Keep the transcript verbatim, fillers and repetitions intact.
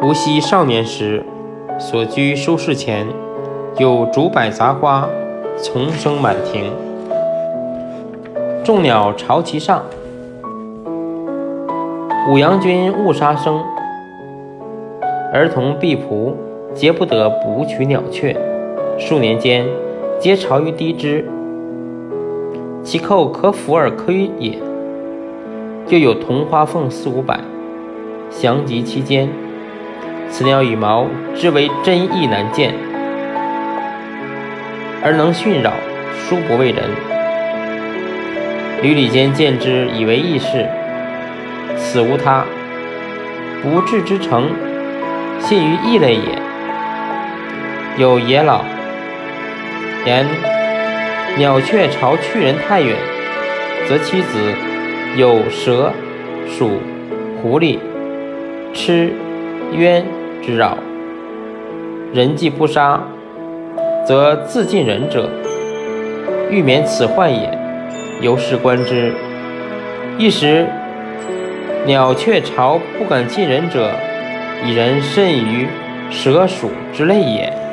吾昔少年时，所居书室前，有竹柏杂花，丛生满庭，众鸟巢其上。五阳君误杀生，儿童婢仆皆不得捕取鸟雀，数年间皆巢于低枝，其寇可俯而窥也。又有铜花凤四五百，翔集其间，此鸟羽毛之为真意难见，而能驯扰，殊不为人。闾里间见之，以为异事，此无他，不治之成，信于异类也。有野老言，鸟雀巢去人太远，则其子有蛇、鼠、狐狸、螭、鸢之扰，人既不杀，则自尽人者，欲免此患也。由是观之，一时鸟雀巢不敢近人者，以人甚于蛇鼠之类也。